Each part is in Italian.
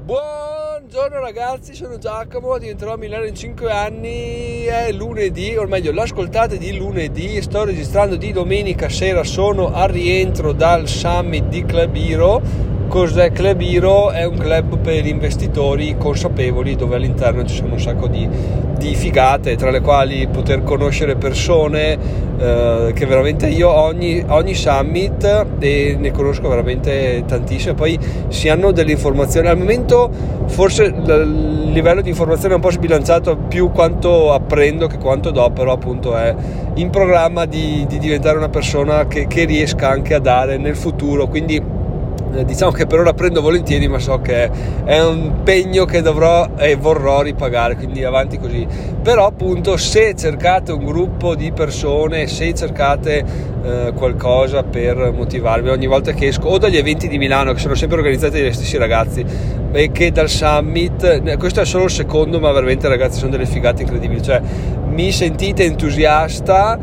Buongiorno ragazzi, sono Giacomo, diventerò milionario in 5 anni, è lunedì, o meglio l'ascoltate di lunedì, sto registrando di domenica sera, sono al rientro dal summit di Club Hero. Cos'è Club Hero? È un club per investitori consapevoli dove all'interno ci sono un sacco di figate, tra le quali poter conoscere persone che veramente io ogni summit e ne conosco veramente tantissime. Poi si hanno delle informazioni al momento, forse il livello di informazione è un po' sbilanciato, più quanto apprendo che quanto do, però appunto è in programma di diventare una persona che riesca anche a dare nel futuro, quindi diciamo che per ora prendo volentieri, ma so che è un impegno che dovrò e vorrò ripagare, quindi avanti così. Però appunto, se cercate un gruppo di persone, se cercate qualcosa per motivarmi ogni volta che esco, o dagli eventi di Milano che sono sempre organizzati dagli stessi ragazzi, e che dal summit, questo è solo il secondo, ma veramente ragazzi sono delle figate incredibili, cioè mi sentite entusiasta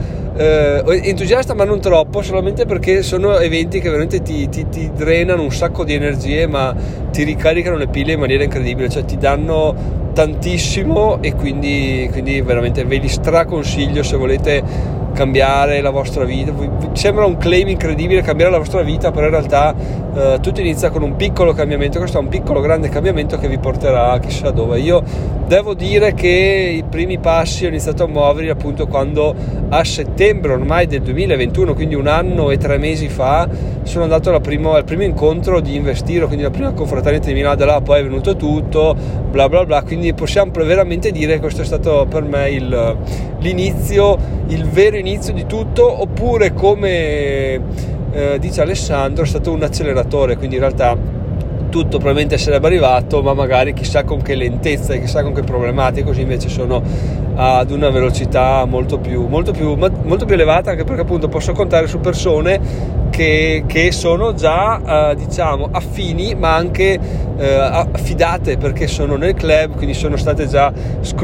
ma non troppo, solamente perché sono eventi che veramente ti drenano un sacco di energie, ma ti ricaricano le pile in maniera incredibile, cioè ti danno tantissimo, e quindi veramente ve li straconsiglio se volete cambiare la vostra vita. Sembra un claim incredibile cambiare la vostra vita, però in realtà tutto inizia con un piccolo cambiamento. Questo è un piccolo grande cambiamento che vi porterà chissà dove. Io devo dire che i primi passi ho iniziato a muoverli appunto quando a settembre ormai del 2021, quindi 1 anno e 3 mesi fa, sono andato al primo incontro di Investiro, quindi la prima confraternita di Milano. Da là poi è venuto tutto bla bla bla, quindi possiamo veramente dire che questo è stato per me l'inizio, il vero inizio di tutto, oppure come dice Alessandro è stato un acceleratore, quindi in realtà tutto probabilmente sarebbe arrivato, ma magari chissà con che lentezza e chissà con che problematiche, così invece sono ad una velocità molto più elevata, anche perché appunto posso contare su persone che sono già diciamo affini, ma anche affidate, perché sono nel club, quindi sono state già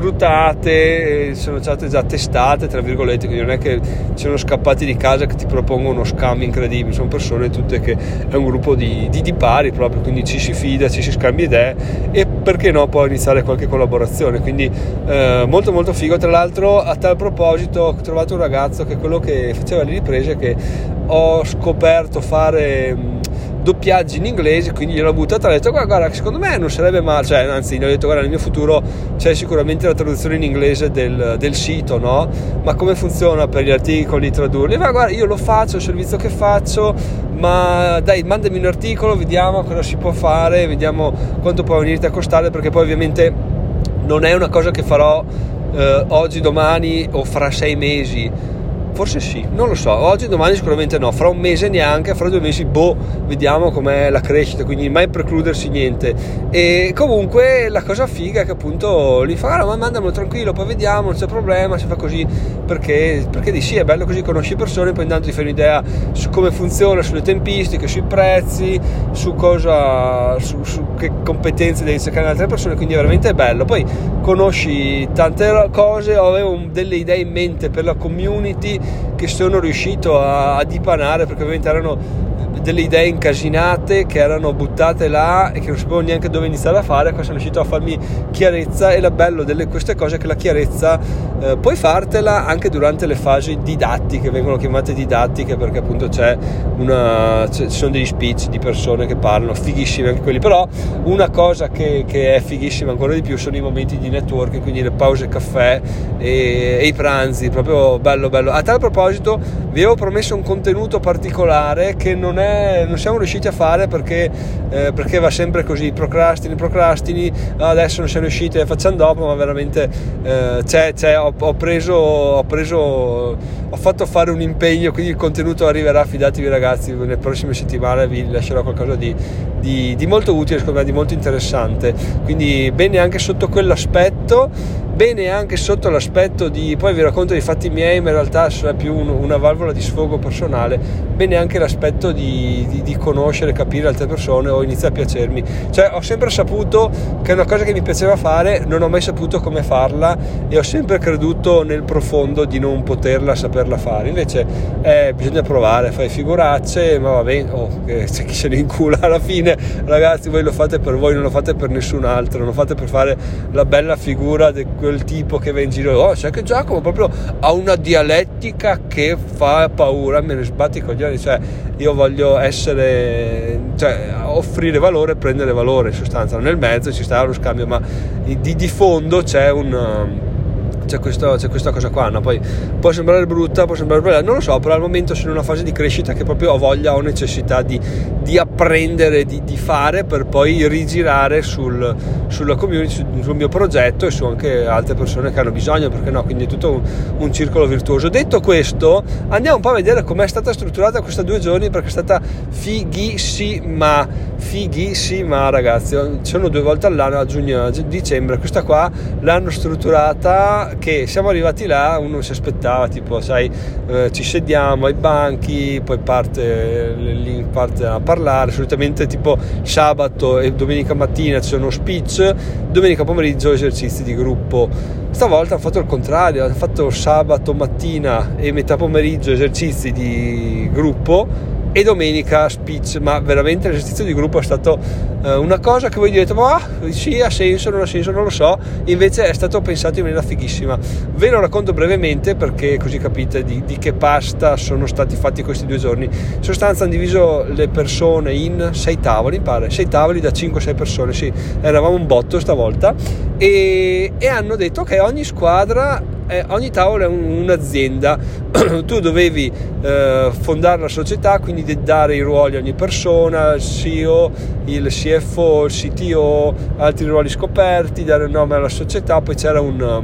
scrutate, sono state già testate tra virgolette, quindi non è che sono scappati di casa che ti propongono uno scambio incredibile, sono persone tutte che è un gruppo di pari proprio, quindi ci si fida, ci si scambia idee, e perché no poi iniziare qualche collaborazione, quindi molto molto figo. Tra l'altro, a tal proposito, ho trovato un ragazzo che è quello che faceva le riprese, che ho scoperto fare doppiaggi in inglese, quindi gliel'ho buttata e ho detto guarda secondo me non sarebbe male, cioè anzi gli ho detto guarda, nel mio futuro c'è sicuramente la traduzione in inglese del sito, no? Ma come funziona per gli articoli tradurli? Ma guarda, io lo faccio, è un servizio che faccio, ma dai, mandami un articolo, vediamo cosa si può fare, vediamo quanto può venirti a costare, perché poi ovviamente non è una cosa che farò oggi, domani o fra 6 mesi. Forse sì, non lo so, oggi, domani sicuramente no, fra 1 mese neanche, fra 2 mesi vediamo com'è la crescita, quindi mai precludersi niente. E comunque la cosa figa è che appunto gli fa ma mandamelo tranquillo, poi vediamo, non c'è problema, si fa così, perché di sì, è bello così, conosci persone, poi intanto ti fai un'idea su come funziona, sulle tempistiche, sui prezzi, su che competenze devi cercare in altre persone, quindi è veramente bello. Poi conosci tante cose, avevo delle idee in mente per la community che sono riuscito a dipanare, perché ovviamente erano delle idee incasinate che erano buttate là e che non sapevo neanche dove iniziare a fare. Qua sono riuscito a farmi chiarezza, e il bello delle queste cose è che la chiarezza puoi fartela anche durante le fasi didattiche, vengono chiamate didattiche perché appunto ci sono degli speech di persone che parlano, fighissimi anche quelli. Però una cosa che è fighissima ancora di più sono i momenti di networking, quindi le pause caffè e i pranzi, proprio bello. A tal proposito vi avevo promesso un contenuto particolare che non siamo riusciti a fare perché va sempre così, procrastini, adesso non siamo riusciti, facciamo dopo, ma veramente ho fatto fare un impegno, quindi il contenuto arriverà, fidatevi ragazzi, nelle prossime settimane vi lascerò qualcosa di molto utile, secondo me, di molto interessante, quindi bene anche sotto quell'aspetto. bene anche sotto l'aspetto di, poi vi racconto i fatti miei, ma in realtà sarà più una valvola di sfogo personale, bene anche l'aspetto di conoscere, capire altre persone, o inizia a piacermi, cioè ho sempre saputo che è una cosa che mi piaceva fare, non ho mai saputo come farla e ho sempre creduto nel profondo di non poterla, saperla fare, invece bisogna provare, fare figuracce, ma va bene, c'è chi se ne incula alla fine, ragazzi, voi lo fate per voi, non lo fate per nessun altro, non lo fate per fare la bella figura di quel tipo che va in giro, sai che Giacomo proprio ha una dialettica che fa paura, me ne sbatti i coglioni, cioè io voglio essere, cioè offrire valore e prendere valore, in sostanza nel mezzo ci sta lo scambio, ma di fondo c'è questa cosa qua, no? Poi può sembrare brutta, può sembrare bella, non lo so, però al momento sono in una fase di crescita che proprio ho voglia, ho necessità di apprendere, di fare, per poi rigirare sulla community, sul mio progetto e su anche altre persone che hanno bisogno, perché no, quindi è tutto un circolo virtuoso. Detto questo, andiamo un po' a vedere com'è stata strutturata questa 2 giorni, perché è stata fighissima, ragazzi. Sono 2 volte all'anno, a giugno e a dicembre. Questa qua l'hanno strutturata che siamo arrivati là, uno si aspettava tipo, sai, ci sediamo ai banchi, poi parte a parlare, solitamente tipo sabato e domenica mattina ci sono speech, domenica pomeriggio esercizi di gruppo. Stavolta hanno fatto il contrario, hanno fatto sabato mattina e metà pomeriggio esercizi di gruppo e domenica speech, ma veramente l'esercizio di gruppo è stato una cosa che voi direte, ma sì, ha senso, non ha senso, non lo so, invece è stato pensato in maniera fighissima. Ve lo racconto brevemente perché così capite di che pasta sono stati fatti questi 2 giorni. In sostanza hanno diviso le persone in 6 tavoli, pare 6 tavoli da 5-6 persone, sì, eravamo un botto stavolta, e hanno detto che ogni squadra, ogni tavolo è un'azienda, tu dovevi fondare la società, quindi dare i ruoli a ogni persona, il CEO, il CFO, il CTO, altri ruoli scoperti, dare il nome alla società, poi c'era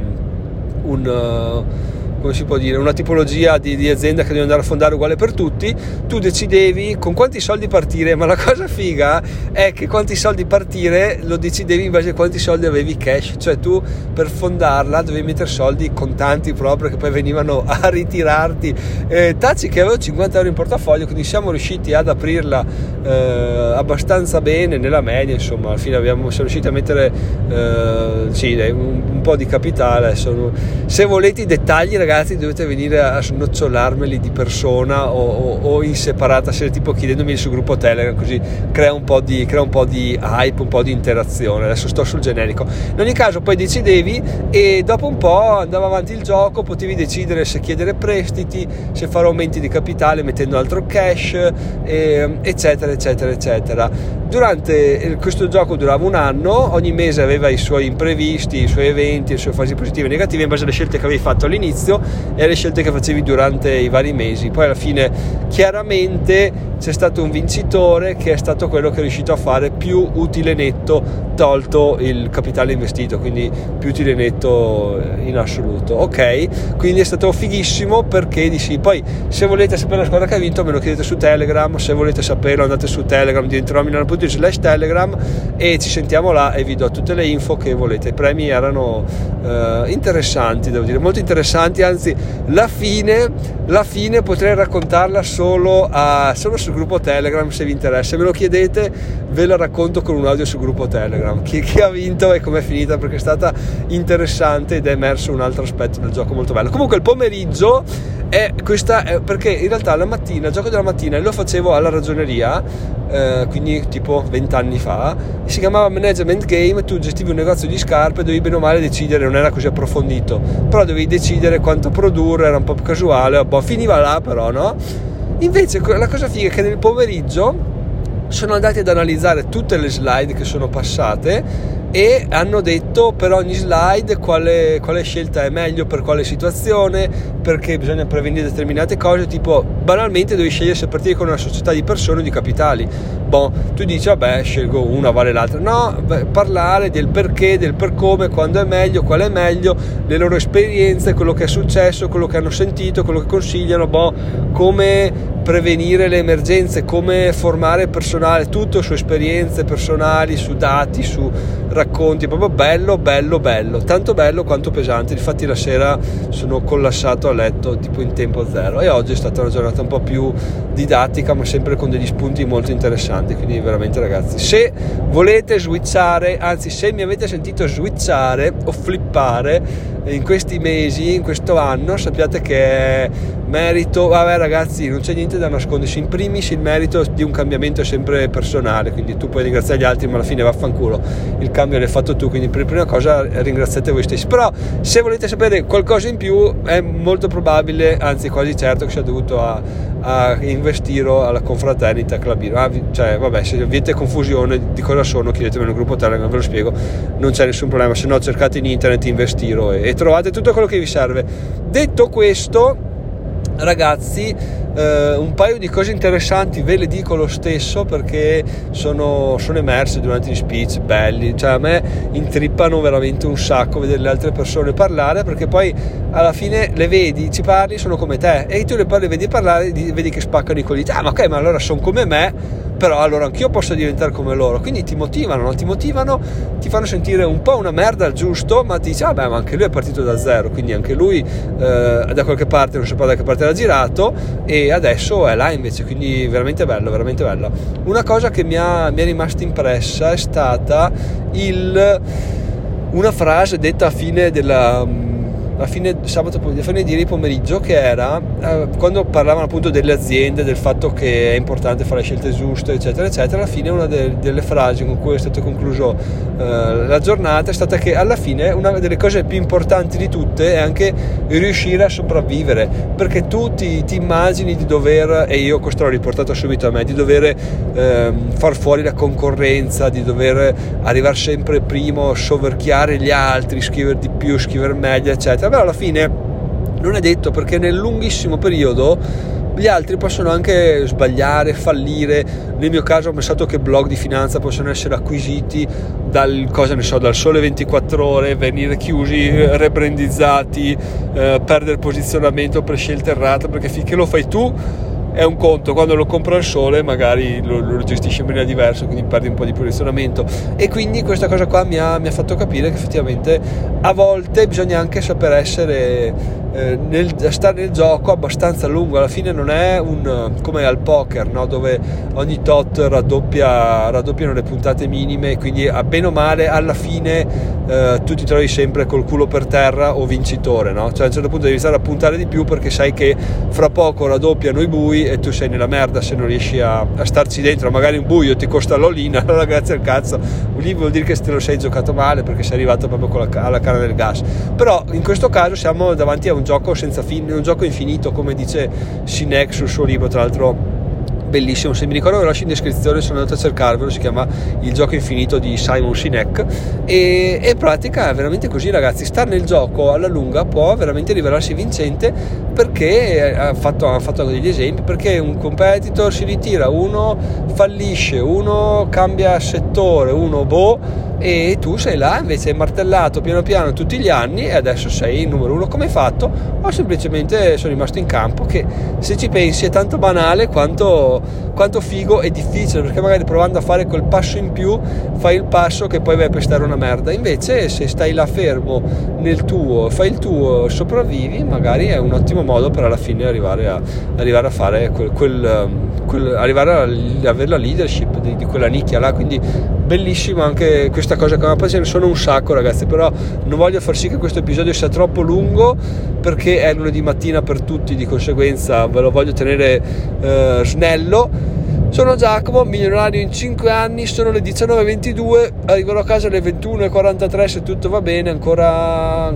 come si può dire, una tipologia di azienda che devi andare a fondare uguale per tutti, tu decidevi con quanti soldi partire, ma la cosa figa è che quanti soldi partire lo decidevi in base a quanti soldi avevi cash, cioè tu per fondarla dovevi mettere soldi contanti proprio, che poi venivano a ritirarti, taci che avevo 50 euro in portafoglio, quindi siamo riusciti ad aprirla abbastanza bene, nella media, insomma, alla fine siamo riusciti a mettere un po' di capitale. Se volete i dettagli, ragazzi, dovete venire a snocciolarmeli di persona o in separata serie, tipo chiedendomi sul gruppo Telegram, così crea un po' di hype, un po' di interazione. Adesso sto sul generico. In ogni caso poi decidevi, e dopo un po' andava avanti il gioco, potevi decidere se chiedere prestiti, se fare aumenti di capitale mettendo altro cash, eccetera eccetera eccetera. Durante questo gioco durava 1 anno, ogni mese aveva i suoi imprevisti, i suoi eventi, le sue fasi positive e negative in base alle scelte che avevi fatto all'inizio e alle scelte che facevi durante i vari mesi. Poi alla fine chiaramente c'è stato un vincitore, che è stato quello che è riuscito a fare più utile netto tolto il capitale investito, quindi più utile netto in assoluto. Ok, quindi è stato fighissimo, perché dici, poi se volete sapere la squadra che ha vinto me lo chiedete su Telegram, se volete saperlo andate su Telegram, diventerò milano.it/Telegram e ci sentiamo là e vi do tutte le info che volete. I premi erano interessanti, devo dire, molto interessanti, anzi la fine potrei raccontarla solo sul gruppo Telegram, se vi interessa, me lo chiedete, ve la racconto con un audio sul gruppo Telegram, chi ha vinto e com'è finita, perché è stata interessante ed è emerso un altro aspetto del gioco molto bello. Comunque il pomeriggio perché in realtà la mattina, il gioco della mattina lo facevo alla ragioneria, quindi tipo 20 anni fa, si chiamava Management Game. Tu gestivi un negozio di scarpe, dovevi bene o male decidere, non era così approfondito, però dovevi decidere quanto produrre, era un po' più casuale, finiva là però, no? Invece la cosa figa è che nel pomeriggio sono andati ad analizzare tutte le slide che sono passate e hanno detto per ogni slide quale scelta è meglio per quale situazione, perché bisogna prevenire determinate cose, tipo banalmente devi scegliere se partire con una società di persone o di capitali. Tu dici vabbè, scelgo una, vale l'altra. No, parlare del perché, del per come, quando è meglio, qual è meglio, le loro esperienze, quello che è successo, quello che hanno sentito, quello che consigliano, come prevenire le emergenze, come formare personale, tutto su esperienze personali, su dati, su racconti, proprio bello, tanto bello quanto pesante. Infatti la sera sono collassato a letto tipo in tempo zero, e oggi è stata una giornata un po' più didattica, ma sempre con degli spunti molto interessanti. Quindi veramente, ragazzi, se volete switchare, anzi se mi avete sentito switchare o flippare in questi mesi, in questo anno, sappiate che è merito, vabbè ragazzi, non c'è niente da nascondersi. In primis il merito di un cambiamento è sempre personale, quindi tu puoi ringraziare gli altri, ma alla fine vaffanculo, il cambio l'hai fatto tu, quindi per prima cosa ringraziate voi stessi. Però se volete sapere qualcosa in più, è molto probabile, anzi quasi certo, che sia dovuto a Investiro, alla confraternita Clubino. Cioè vabbè, se avete confusione di cosa sono, chiedetemi nel gruppo Telegram, ve lo spiego, non c'è nessun problema. Se no cercate in internet Investiro e trovate tutto quello che vi serve. Detto questo, ragazzi, un paio di cose interessanti ve le dico lo stesso, perché sono emerse durante gli speech belli. Cioè a me intrippano veramente un sacco vedere le altre persone parlare, perché poi alla fine le vedi, ci parli, sono come te, e tu le parli, vedi parlare, vedi che spaccano i colli. Ma ok, ma allora sono come me, però allora anch'io posso diventare come loro. Quindi ti motivano, ti fanno sentire un po' una merda al giusto, ma ti dici vabbè, ma anche lui è partito da zero, quindi anche lui da qualche parte, non sapeva da che parte era girato, e adesso è là invece. Quindi veramente bello, veramente bello. Una cosa che mi è rimasta impressa è stata una frase detta a fine sabato, a fine di ieri pomeriggio, che era quando parlavano appunto delle aziende, del fatto che è importante fare le scelte giuste, eccetera eccetera. Alla fine una delle frasi con cui è stato concluso la giornata è stata che alla fine una delle cose più importanti di tutte è anche riuscire a sopravvivere, perché tu ti immagini di dover, e io questo l'ho riportato subito a me, di dover far fuori la concorrenza, di dover arrivare sempre primo, soverchiare gli altri, scrivere di più, scrivere meglio, eccetera. Però alla fine non è detto, perché nel lunghissimo periodo gli altri possono anche sbagliare, fallire. Nel mio caso ho pensato che blog di finanza possono essere acquisiti dal Sole 24 Ore, venire chiusi, rebrandizzati, perdere posizionamento per scelte errate, perché finché lo fai tu è un conto, quando lo compra il Sole magari lo gestisce in maniera diversa, quindi perdi un po' di posizionamento. E quindi questa cosa qua mi ha fatto capire che effettivamente a volte bisogna anche saper essere stare nel gioco abbastanza lungo. Alla fine non è come al poker, no? Dove ogni tot raddoppiano le puntate minime, e quindi a bene o male alla fine tu ti trovi sempre col culo per terra o vincitore, no? Cioè a un certo punto devi stare a puntare di più, perché sai che fra poco raddoppiano i bui e tu sei nella merda se non riesci a starci dentro. Magari un buio ti costa l'all-in, allora grazie al cazzo, lì vuol dire che te lo sei giocato male, perché sei arrivato proprio alla canna del gas. Però in questo caso siamo davanti a un gioco senza fine, un gioco infinito, come dice Sinek sul suo libro, tra l'altro bellissimo. Se mi ricordo, lo lascio in descrizione, sono andato a cercarvelo, si chiama Il gioco infinito di Simon Sinek, e in pratica è veramente così, ragazzi. Star nel gioco alla lunga può veramente rivelarsi vincente, perché ha fatto degli esempi, perché un competitor si ritira, uno fallisce, uno cambia settore, uno e tu sei là invece hai martellato piano piano tutti gli anni, e adesso sei il numero uno. Come hai fatto? O semplicemente sono rimasto in campo, che se ci pensi è tanto banale quanto figo e difficile, perché magari provando a fare quel passo in più fai il passo che poi vai a pestare una merda. Invece se stai là fermo nel tuo, fai il tuo, sopravvivi, magari è un ottimo modo per alla fine arrivare a fare arrivare a avere la leadership di quella nicchia là. Quindi bellissimo anche questa cosa, ma poi ce ne sono un sacco, ragazzi, però non voglio far sì che questo episodio sia troppo lungo, perché è lunedì mattina per tutti, di conseguenza ve lo voglio tenere snello. Sono Giacomo, milionario in 5 anni, sono le 19:22, arriverò a casa alle 21:43 se tutto va bene, ancora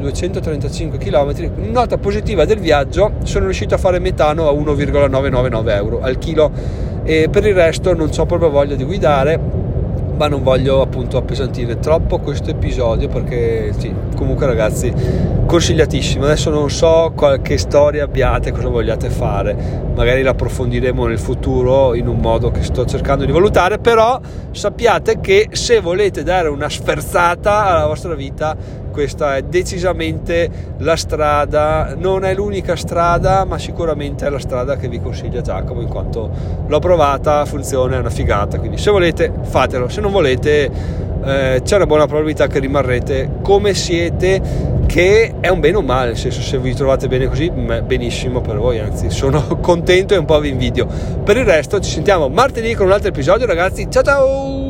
235 km. Nota positiva del viaggio: sono riuscito a fare metano a 1,999 euro al chilo, e per il resto non ho proprio voglia di guidare, ma non voglio appunto appesantire troppo questo episodio, perché sì, comunque ragazzi, consigliatissimo. Adesso non so qualche storia abbiate, cosa vogliate fare, magari l'approfondiremo nel futuro in un modo che sto cercando di valutare, però sappiate che se volete dare una sferzata alla vostra vita, questa è decisamente la strada. Non è l'unica strada, ma sicuramente è la strada che vi consiglia Giacomo, in quanto l'ho provata, funziona, è una figata. Quindi se volete fatelo, se non volete c'è una buona probabilità che rimarrete come siete, che è un bene o male, nel senso, se vi trovate bene così, benissimo per voi, anzi sono contento e un po' vi invidio. Per il resto ci sentiamo martedì con un altro episodio, ragazzi, ciao ciao.